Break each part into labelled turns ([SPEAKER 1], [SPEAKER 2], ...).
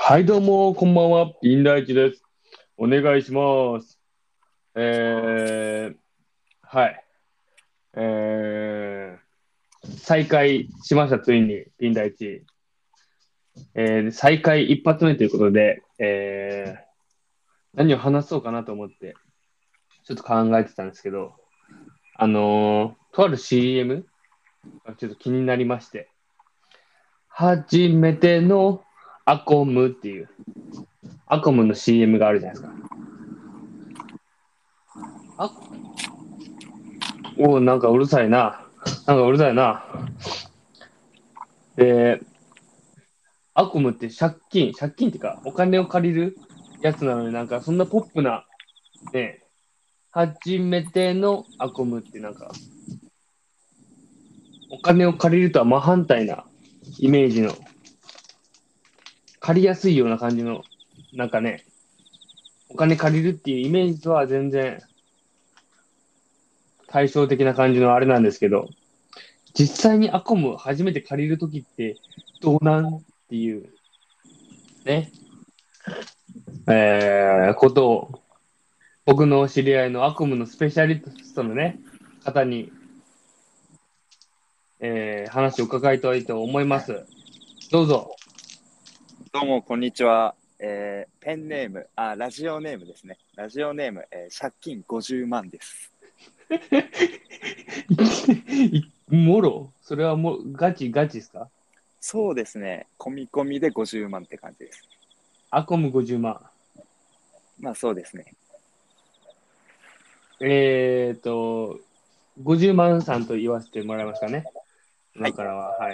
[SPEAKER 1] はい、どうも、こんばんは。ピン大地です。お願いします。はい。再開しました、ついに、ピン大地。再開一発目ということで、何を話そうかなと思って、ちょっと考えてたんですけど、とある CM がちょっと気になりまして、初めてのアコムっていう、アコムの CM があるじゃないですか。あ、なんかうるさいな。なんかうるさいな。で、アコムって借金っていうか、お金を借りるやつなのになんか、そんなポップな、ね、初めてのアコムってなんか、お金を借りるとは真反対なイメージの、借りやすいような感じの、なんかね、お金借りるっていうイメージとは全然対照的な感じのあれなんですけど、実際にアコム初めて借りるときってどうなんっていうね、ことを僕の知り合いのアコムのスペシャリストのね、方に話を伺いたいと思います。どうぞ。
[SPEAKER 2] どうも、こんにちは。ペンネーム、ラジオネームですね。ラジオネーム、借金50万です。
[SPEAKER 1] もろそれはもうガチですか？
[SPEAKER 2] そうですね。込み込みで50万って感じです。
[SPEAKER 1] アコム50万。
[SPEAKER 2] まあそうですね。
[SPEAKER 1] えーっと、50万さんと言わせてもらいますかね。
[SPEAKER 2] はい。
[SPEAKER 1] 今からは。はい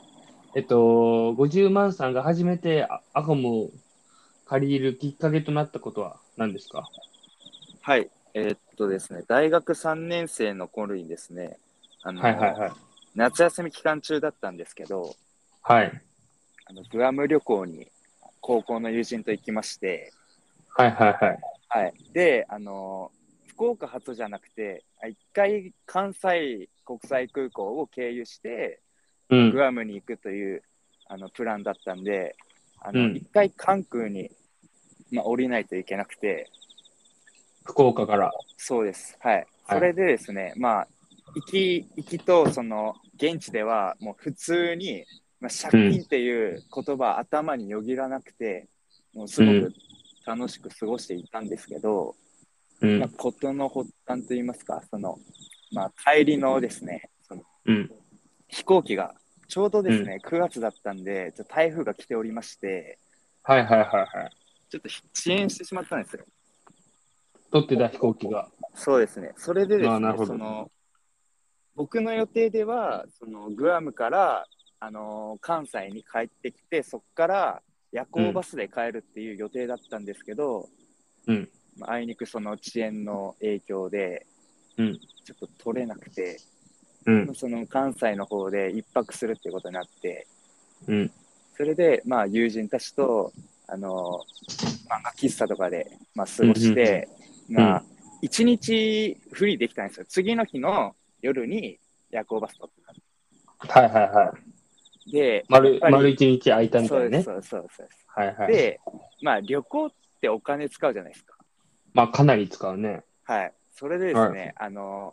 [SPEAKER 1] 。50万さんが初めてアコムを借りるきっかけとなったことは何ですか？
[SPEAKER 2] はい。ですね、大学3年生の頃にですね、あの、
[SPEAKER 1] はいはいはい。
[SPEAKER 2] 夏休み期間中だったんですけど、
[SPEAKER 1] はい。
[SPEAKER 2] グアム旅行に高校の友人と行きまして、
[SPEAKER 1] はいはいはい。
[SPEAKER 2] はい。で、福岡発じゃなくて、一回関西国際空港を経由して、グ
[SPEAKER 1] うん。
[SPEAKER 2] アムに行くというプランだったんで、一
[SPEAKER 1] うん。
[SPEAKER 2] 回関空に、降りないといけなくて、
[SPEAKER 1] 福岡から。
[SPEAKER 2] そうです。はい。それ
[SPEAKER 1] はい。
[SPEAKER 2] でですね、行きと、現地ではもう普通に、借
[SPEAKER 1] うん。
[SPEAKER 2] 金っていう言葉頭によぎらなくて、もうすごく
[SPEAKER 1] うん。
[SPEAKER 2] 楽しく過ごしていたんですけど、
[SPEAKER 1] うん。
[SPEAKER 2] 事の発端といいますか、帰りのですね、
[SPEAKER 1] うん。
[SPEAKER 2] 飛行機が、ちょうどで
[SPEAKER 1] うん。
[SPEAKER 2] すね、9月だったんで、台風が来ておりまして、
[SPEAKER 1] はいはいはいはい。
[SPEAKER 2] ちょっと遅延してしまったんですよ。
[SPEAKER 1] 取ってた飛行機が。
[SPEAKER 2] そうですね。それでで
[SPEAKER 1] ああ、
[SPEAKER 2] すね、
[SPEAKER 1] なるほど。
[SPEAKER 2] 僕の予定では、グアムから、関西に帰ってきて、そこから夜
[SPEAKER 1] うん。
[SPEAKER 2] 行バスで帰るっていう予定だったんですけど、
[SPEAKER 1] うん。
[SPEAKER 2] あいにくその遅延の影響で、
[SPEAKER 1] うん。
[SPEAKER 2] ちょっと取れなくて、
[SPEAKER 1] うん。
[SPEAKER 2] その関西の方で一泊するってことになって、
[SPEAKER 1] うん。
[SPEAKER 2] それで、友人たちと、漫画喫茶とかで、過
[SPEAKER 1] うん。
[SPEAKER 2] ご
[SPEAKER 1] うん。
[SPEAKER 2] して、
[SPEAKER 1] うん。
[SPEAKER 2] 一日フリーできたんですよ。次の日の夜に夜行バス取ってた。
[SPEAKER 1] はいはいはい。
[SPEAKER 2] で、やっぱ
[SPEAKER 1] 丸
[SPEAKER 2] り、
[SPEAKER 1] 一日空いたみた
[SPEAKER 2] そうです、
[SPEAKER 1] いなね。
[SPEAKER 2] そうです、そうです。そうです。
[SPEAKER 1] はいはい。
[SPEAKER 2] で、旅行ってお金使うじゃないですか。
[SPEAKER 1] まあ、かなり使うね。
[SPEAKER 2] はい。それでです
[SPEAKER 1] は
[SPEAKER 2] ね、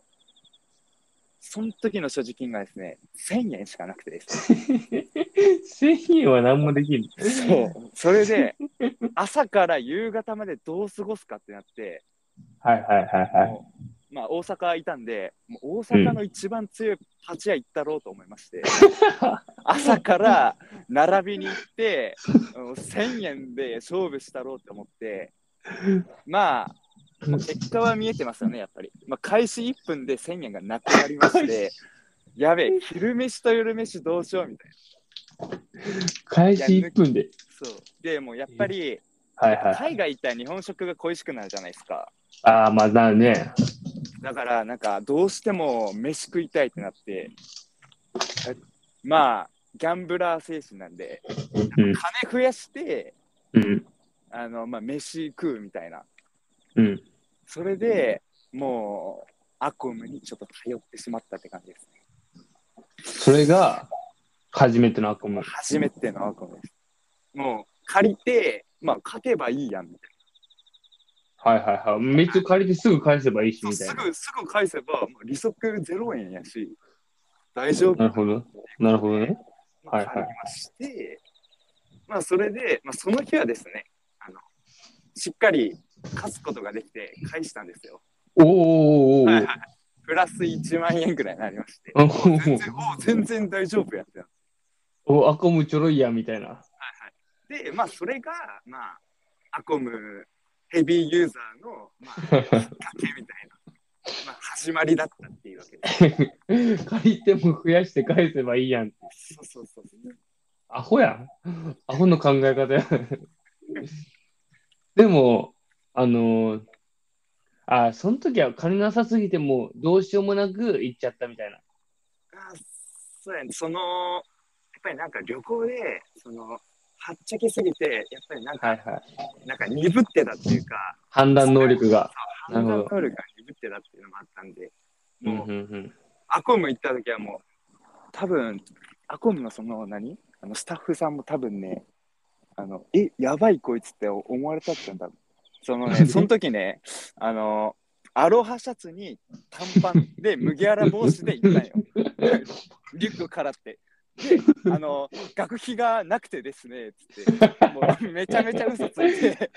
[SPEAKER 2] その時の所持金がですね、1000円しかなくてですね。
[SPEAKER 1] い。1000円は何もできる。
[SPEAKER 2] そう。それで、朝から夕方までどう過ごすかってなって、
[SPEAKER 1] はいはいはいはい。
[SPEAKER 2] も大阪いたんで、もう大
[SPEAKER 1] うん。
[SPEAKER 2] 阪の一番強いパチ屋行ったろうと思いまして、朝から並びに行って、1000円で勝負したろうと思って、まあ、もう結果は見えてますよね、やっぱり。開始1分で1000円がなくなりまして、やべえ、昼飯と夜飯どうしようみたいな。いや、
[SPEAKER 1] 開始1分で。
[SPEAKER 2] そう。で、もうやっぱり、
[SPEAKER 1] はい
[SPEAKER 2] やっぱ
[SPEAKER 1] はいはい。
[SPEAKER 2] 海外行ったら日本食が恋しくなるじゃないですか。
[SPEAKER 1] ああ、まあ、なるね。
[SPEAKER 2] だから、どうしても飯食いたいってなって、まあ、ギャンブラー精神なんで、
[SPEAKER 1] うん。
[SPEAKER 2] 金増やして、
[SPEAKER 1] うん。
[SPEAKER 2] 飯食うみたいな。
[SPEAKER 1] うん。
[SPEAKER 2] それでもう、アコムにちょっと頼ってしまったって感じですね。
[SPEAKER 1] それが、初めてのアコム。
[SPEAKER 2] 初めてのアコムです。もう、 借りて、まあ、書けばいいやんみたい
[SPEAKER 1] はいはいはい。めっちゃ借りてすぐ返せばいいし、
[SPEAKER 2] な。
[SPEAKER 1] みたいな。
[SPEAKER 2] すぐ返せば、まあ、利息0円やし、大丈夫
[SPEAKER 1] なるほど。なるほどね。
[SPEAKER 2] まあ、
[SPEAKER 1] はいはい。
[SPEAKER 2] 借りまして、まあ、それで、まあ、その日はですね、しっかり貸すことができて返したんですよ。
[SPEAKER 1] おーおーおー
[SPEAKER 2] はいはい。プラス1万円ぐらいになりまして、
[SPEAKER 1] おー
[SPEAKER 2] 全然大丈夫やったよ。
[SPEAKER 1] おー、アコムちょろいや、みたいな。
[SPEAKER 2] で、まあ、それが、まあ、アコムヘビーユーザーの、まあ、きっかけみたいな、まあ、始まりだったっていうわけです。
[SPEAKER 1] 借りても増やして返せばいいやん。
[SPEAKER 2] そう。
[SPEAKER 1] アホやん。アホの考え方や。でも、あのーその時は金なさすぎてもうどうしようもなく行っちゃったみたいな。
[SPEAKER 2] あそうやね、やっぱりなんか旅行で、はっちゃけすぎて、やっぱり
[SPEAKER 1] はいはい。
[SPEAKER 2] なんか鈍ってたっていうか、
[SPEAKER 1] 判断能力が。なる
[SPEAKER 2] 判断
[SPEAKER 1] ほど。
[SPEAKER 2] 能力が鈍ってたっていうのもあったんで、
[SPEAKER 1] うんうん
[SPEAKER 2] もう、
[SPEAKER 1] うん。
[SPEAKER 2] アコム行った時はもう、多分、アコムのスタッフさんも多分ね、やばいこいつって思われたってんだ。その時ね、アロハシャツに短パンで麦わら帽子で行ったんよ。リュックからって。で、学費がなくてですね、つって、もうめちゃめちゃ嘘ついて、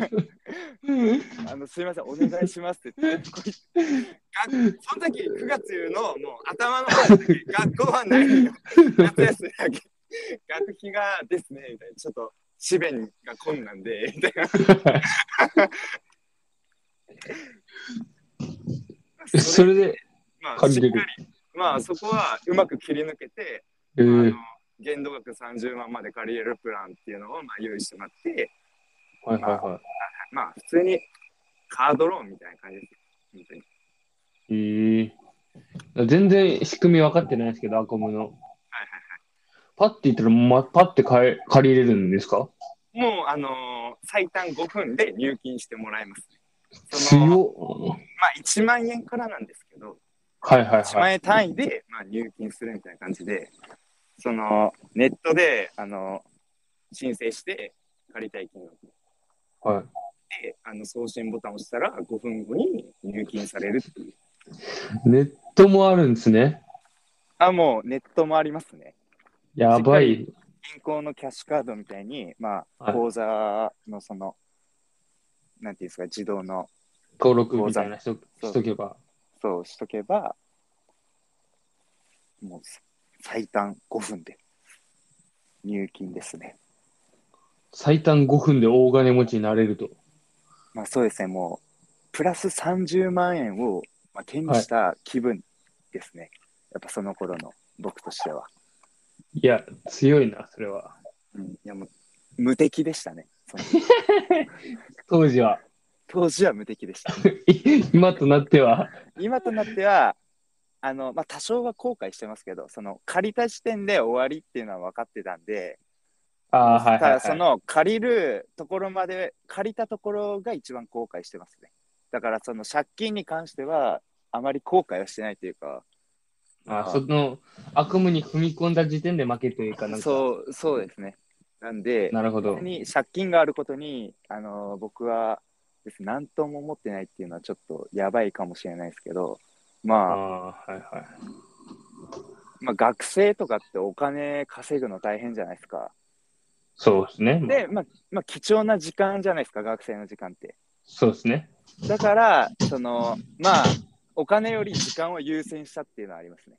[SPEAKER 2] すいません、お願いしますって言って、その時9月のもう頭の方だけ、学校はないよ。夏休みだけ。学費がですね、みたいな、ちょっと、試弁が困難で、みたいな。
[SPEAKER 1] それで
[SPEAKER 2] まあ、
[SPEAKER 1] 借りれる。
[SPEAKER 2] まあ、そこはうまく切り抜けて、
[SPEAKER 1] えー、
[SPEAKER 2] 限度額30万まで借りれるプランっていうのをまあ用意してもらって、
[SPEAKER 1] はいはいは
[SPEAKER 2] まあ、普通にカードローンみたいな感じです。本当に。
[SPEAKER 1] い。全然仕組み分かってないですけど、アコムの。
[SPEAKER 2] はいはい。
[SPEAKER 1] パッて言ったら、パッて借りれるんですか？
[SPEAKER 2] もう、最短5分で入金してもらえます。
[SPEAKER 1] 強
[SPEAKER 2] まあ、1万円からなんですけど、
[SPEAKER 1] はいはい
[SPEAKER 2] 1万
[SPEAKER 1] はい。
[SPEAKER 2] 円単位で、まあ、入金するみたいな感じで、ネットで、申請して借りたい金額
[SPEAKER 1] はい。
[SPEAKER 2] で、送信ボタンを押したら5分後に入金されるっていう。
[SPEAKER 1] ネットもあるんですね。
[SPEAKER 2] もうネットもありますね。
[SPEAKER 1] やばい。
[SPEAKER 2] 銀行のキャッシュカードみたいに、まあ、
[SPEAKER 1] はい、
[SPEAKER 2] 口座のなんていうんですか、自動の
[SPEAKER 1] 登録みたいなしとけば。
[SPEAKER 2] そうしとけば、もう最短5分で入金ですね。
[SPEAKER 1] 最短5分で大金持ちになれると。
[SPEAKER 2] まあそうですね、もう、プラス30万円を、まあ、手に
[SPEAKER 1] はい。
[SPEAKER 2] した気分ですね。やっぱその頃の僕としては。
[SPEAKER 1] いや、強いな、それは。
[SPEAKER 2] いやもう、無敵でしたね。
[SPEAKER 1] 当時は。
[SPEAKER 2] 当時は無敵でした。
[SPEAKER 1] 今となっては。
[SPEAKER 2] 今となっては、まあ、多少は後悔してますけど、借りた時点で終わりっていうのは分かってたんで、もう
[SPEAKER 1] はいはいはい。
[SPEAKER 2] 借りるところまで、借りたところが一番後悔してますね。だから借金に関しては、あまり後悔はしてないというか、ま
[SPEAKER 1] 悪夢に踏み込んだ時点で負けというか、なんか、
[SPEAKER 2] そうですね。なんで、
[SPEAKER 1] なるほど。
[SPEAKER 2] 別に借金があることに、僕は何とも思ってないっていうのはちょっとやばいかもしれないですけど、まあ、
[SPEAKER 1] はいはい。
[SPEAKER 2] まあ、学生とかってお金稼ぐの大変じゃないですか。
[SPEAKER 1] そうですね。
[SPEAKER 2] で、まあ、貴重な時間じゃないですか、学生の時間って。
[SPEAKER 1] そうですね。
[SPEAKER 2] だから、まあ、お金より時間を優先したっていうのはありますね。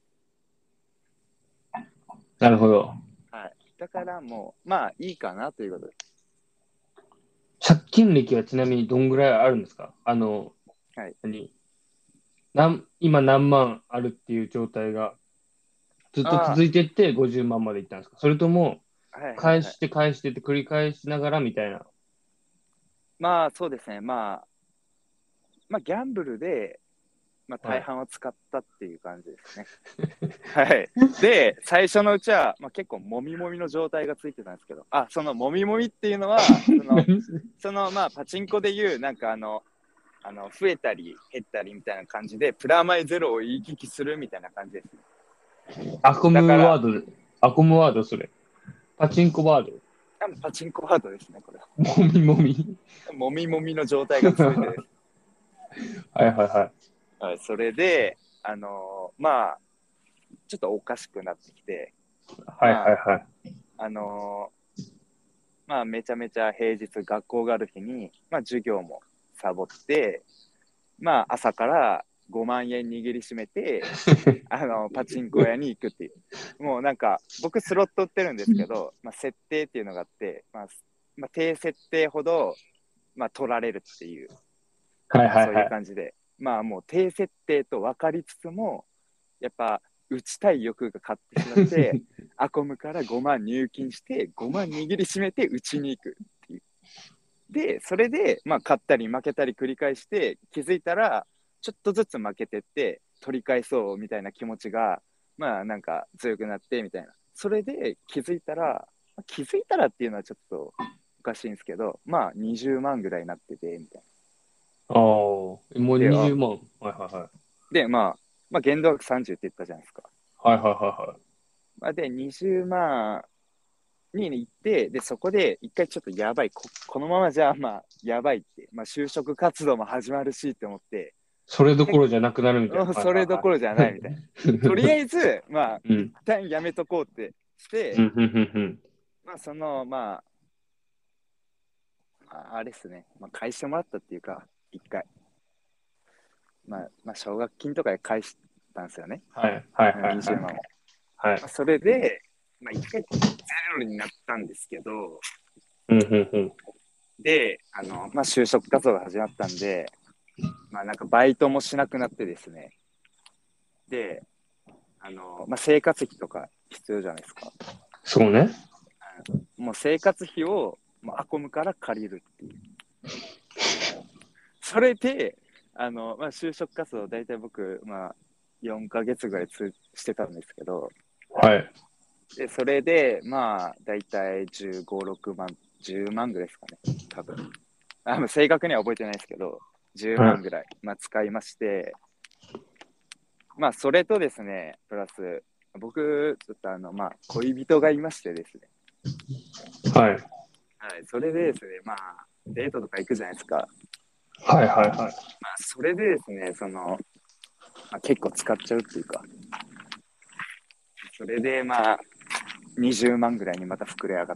[SPEAKER 1] なるほど。
[SPEAKER 2] はい。だからもう、まあ、いいかなということで。
[SPEAKER 1] 借金歴はちなみにどんぐらいあるんですか？
[SPEAKER 2] はい。
[SPEAKER 1] 今何万あるっていう状態がずっと
[SPEAKER 2] あ
[SPEAKER 1] 続いてって50万までいったんですか？それとも、
[SPEAKER 2] はいはいはい。
[SPEAKER 1] 返してって繰り返しながらみたいな。
[SPEAKER 2] まあ、そうですね。まあ、ギャンブルで、まあ、
[SPEAKER 1] はい。
[SPEAKER 2] 大半は使ったっていう感じですね。はい。で、最初のうちは、まあ、結構もみもみの状態がついてたんですけど、そのもみもみっていうのは、
[SPEAKER 1] 何それ。
[SPEAKER 2] まあ、パチンコでいう、なんか増えたり減ったりみたいな感じで、プラマイゼロを行き来するみたいな感じです。
[SPEAKER 1] アコ
[SPEAKER 2] だから、
[SPEAKER 1] ムワード、アコムワードそれ。パチンコワード。
[SPEAKER 2] パチンコハートですね、これは。
[SPEAKER 1] もみもみ。
[SPEAKER 2] もみもみの状態が続いてです。
[SPEAKER 1] はいはいはい。
[SPEAKER 2] はい、それで、まあ、ちょっとおかしくなってきて、
[SPEAKER 1] はいはいはい。
[SPEAKER 2] あのまあ、めちゃめちゃ平日学校がある日に、まあ、授業もサボって、まあ、朝から5万円握りしめて、パチンコ屋に行くっていう。もうなんか、僕スロット売ってるんですけど、まあ、設定っていうのがあって、低設定ほど、まあ、取られるっていう、
[SPEAKER 1] はい
[SPEAKER 2] まあ、そういう
[SPEAKER 1] はいはい。
[SPEAKER 2] 感じで、まあもう低設定と分かりつつも、やっぱ打ちたい欲が勝ってしまって、アコムから5万入金して、5万握りしめて打ちに行くっていう。で、それで、まあ、勝ったり負けたり繰り返して、気づいたら、ちょっとずつ負けてって、取り返そうみたいな気持ちが、まあ、なんか強くなってみたいな。それで気づいたらっていうのはちょっとおかしいんですけど、まあ、20万ぐらいになってて、みたいな。
[SPEAKER 1] ああ、もう
[SPEAKER 2] で、
[SPEAKER 1] 20万。はいはいはい。
[SPEAKER 2] まあ、限度額30って言ったじゃないですか。
[SPEAKER 1] はいはいはいはい。
[SPEAKER 2] まあ、で、20万に行って、で、そこで一回ちょっとやばい、このままじゃ、まあ、やばいって、まあ、就職活動も始まるしって思って、
[SPEAKER 1] それどころじゃなくなるみたいな。はい
[SPEAKER 2] それどころじゃ
[SPEAKER 1] はいはい。
[SPEAKER 2] ないみたいな。とりあえず、まあ、一
[SPEAKER 1] うん。
[SPEAKER 2] 旦やめとこうってして、
[SPEAKER 1] うん、うん、うん、うん。
[SPEAKER 2] まあ、あれっすね、まあ、返してもらったっていうか、一回、奨学金とかで返したんですよね、
[SPEAKER 1] はいはいはい
[SPEAKER 2] 20
[SPEAKER 1] はい。
[SPEAKER 2] 万を。
[SPEAKER 1] はい。
[SPEAKER 2] まあ、それで、まあ、一回ゼロになったんですけど、
[SPEAKER 1] うん、うん、うん。
[SPEAKER 2] で、まあ、就職活動が始まったんで、まあ、なんかバイトもしなくなってですね、で、まあ、生活費とか必要じゃないですか。
[SPEAKER 1] そうね。
[SPEAKER 2] もう生活費を、まあ、アコムから借りるっていう。それで、まあ、就職活動、大体僕、まあ、4ヶ月ぐらいしてたんですけど、
[SPEAKER 1] はい。
[SPEAKER 2] で、それで、まあ、大体15、6万、10万ぐらいですかね、多分。まあ正確には覚えてないですけど、10
[SPEAKER 1] はい。
[SPEAKER 2] 万ぐらい、まあ、使いまして、まあ、それとですね、プラス、僕、ちょっとまあ、恋人がいましてですね、
[SPEAKER 1] はい。
[SPEAKER 2] はい、それでですね、まあ、デートとか行くじゃないですか。
[SPEAKER 1] はいはいはい。
[SPEAKER 2] まあ、それでですね、まあ、結構使っちゃうっていうか、それでまあ、20万ぐらいにまた膨れ上がって、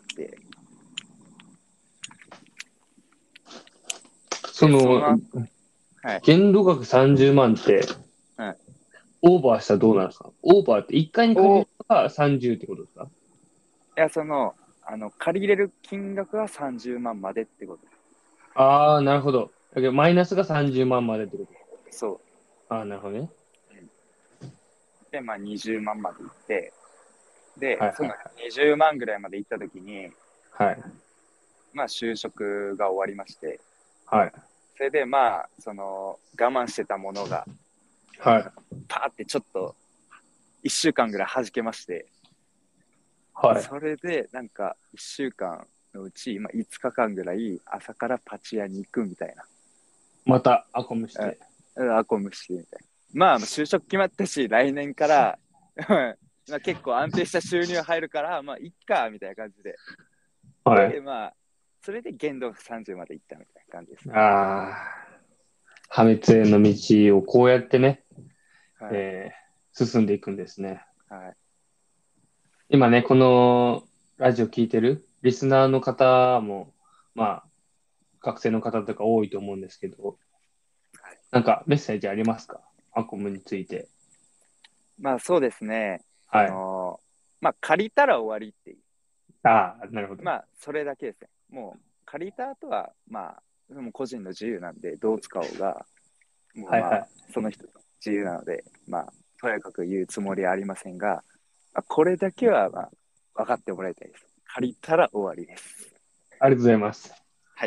[SPEAKER 2] で、そ
[SPEAKER 1] その、
[SPEAKER 2] の、はい、
[SPEAKER 1] 限度額30万って、
[SPEAKER 2] はい。
[SPEAKER 1] オーバーしたらどうなんですか？オーバーって1回にかけ
[SPEAKER 2] お、い
[SPEAKER 1] るのが30ってことですか？
[SPEAKER 2] や、借りれる金額は30万までってこと。
[SPEAKER 1] ああー、なるほど。だけど、マイナスが30万までってこと。
[SPEAKER 2] そ
[SPEAKER 1] ああ、なるほどね。
[SPEAKER 2] う。うん、で、まあ、20万まで行って、で、
[SPEAKER 1] はい
[SPEAKER 2] その
[SPEAKER 1] はいはい。
[SPEAKER 2] 20万ぐらいまで行った時に、
[SPEAKER 1] はい。
[SPEAKER 2] まあ、就職が終わりまして、
[SPEAKER 1] はい。
[SPEAKER 2] それでまあ、我慢してたものが、
[SPEAKER 1] はい。
[SPEAKER 2] パーってちょっと、1週間ぐらい弾けまして、
[SPEAKER 1] はい。
[SPEAKER 2] それで、なんか、1週間のうち、まあ、5日間ぐらい、朝からパチ屋に行くみたい
[SPEAKER 1] また、アコムし
[SPEAKER 2] な。
[SPEAKER 1] て。
[SPEAKER 2] アコムしてみたいな。まあ、就職決まったし、来年からまあ結構安定した収入入るから、まあ、いっか、みたいな感じで。
[SPEAKER 1] はい。
[SPEAKER 2] で、まあ、それで限度30まで行ったみたいな感じですね。
[SPEAKER 1] ああ、破滅への道をこうやってね、
[SPEAKER 2] はい。
[SPEAKER 1] 進んでいくんですね。
[SPEAKER 2] はい。
[SPEAKER 1] 今ね、このラジオ聞いてるリスナーの方も、まあ、学生の方とか多いと思うんですけど、
[SPEAKER 2] はい、
[SPEAKER 1] なんかメッセージありますか？アコムについて。
[SPEAKER 2] まあ、そうですね。
[SPEAKER 1] はい。
[SPEAKER 2] まあ、借りたら終わりっていう。
[SPEAKER 1] ああ、なるほど。
[SPEAKER 2] まあ、それだけですね。もう、借りた後は、まあ、もう個人の自由なんで、どう使おうが、もうまあ、
[SPEAKER 1] はいはい。
[SPEAKER 2] その人の自由なので、まあ、とやかく言うつもりはありませんが、まあ、これだけは、まあ、分かってもらいたいです。借りたら終わりです。
[SPEAKER 1] ありがとうございます。
[SPEAKER 2] はい。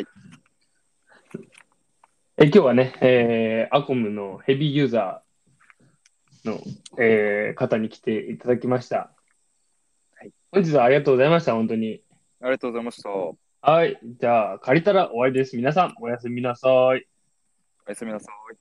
[SPEAKER 1] 今日はね、アコムのヘビーユーザーの、方に来ていただきました。
[SPEAKER 2] はい。
[SPEAKER 1] 本日はありがとうございました、本当に。
[SPEAKER 2] ありがとうございました。お
[SPEAKER 1] はい。じゃあ、借りたら終わりです。皆さん、おやすみなさい。
[SPEAKER 2] やすみなさい。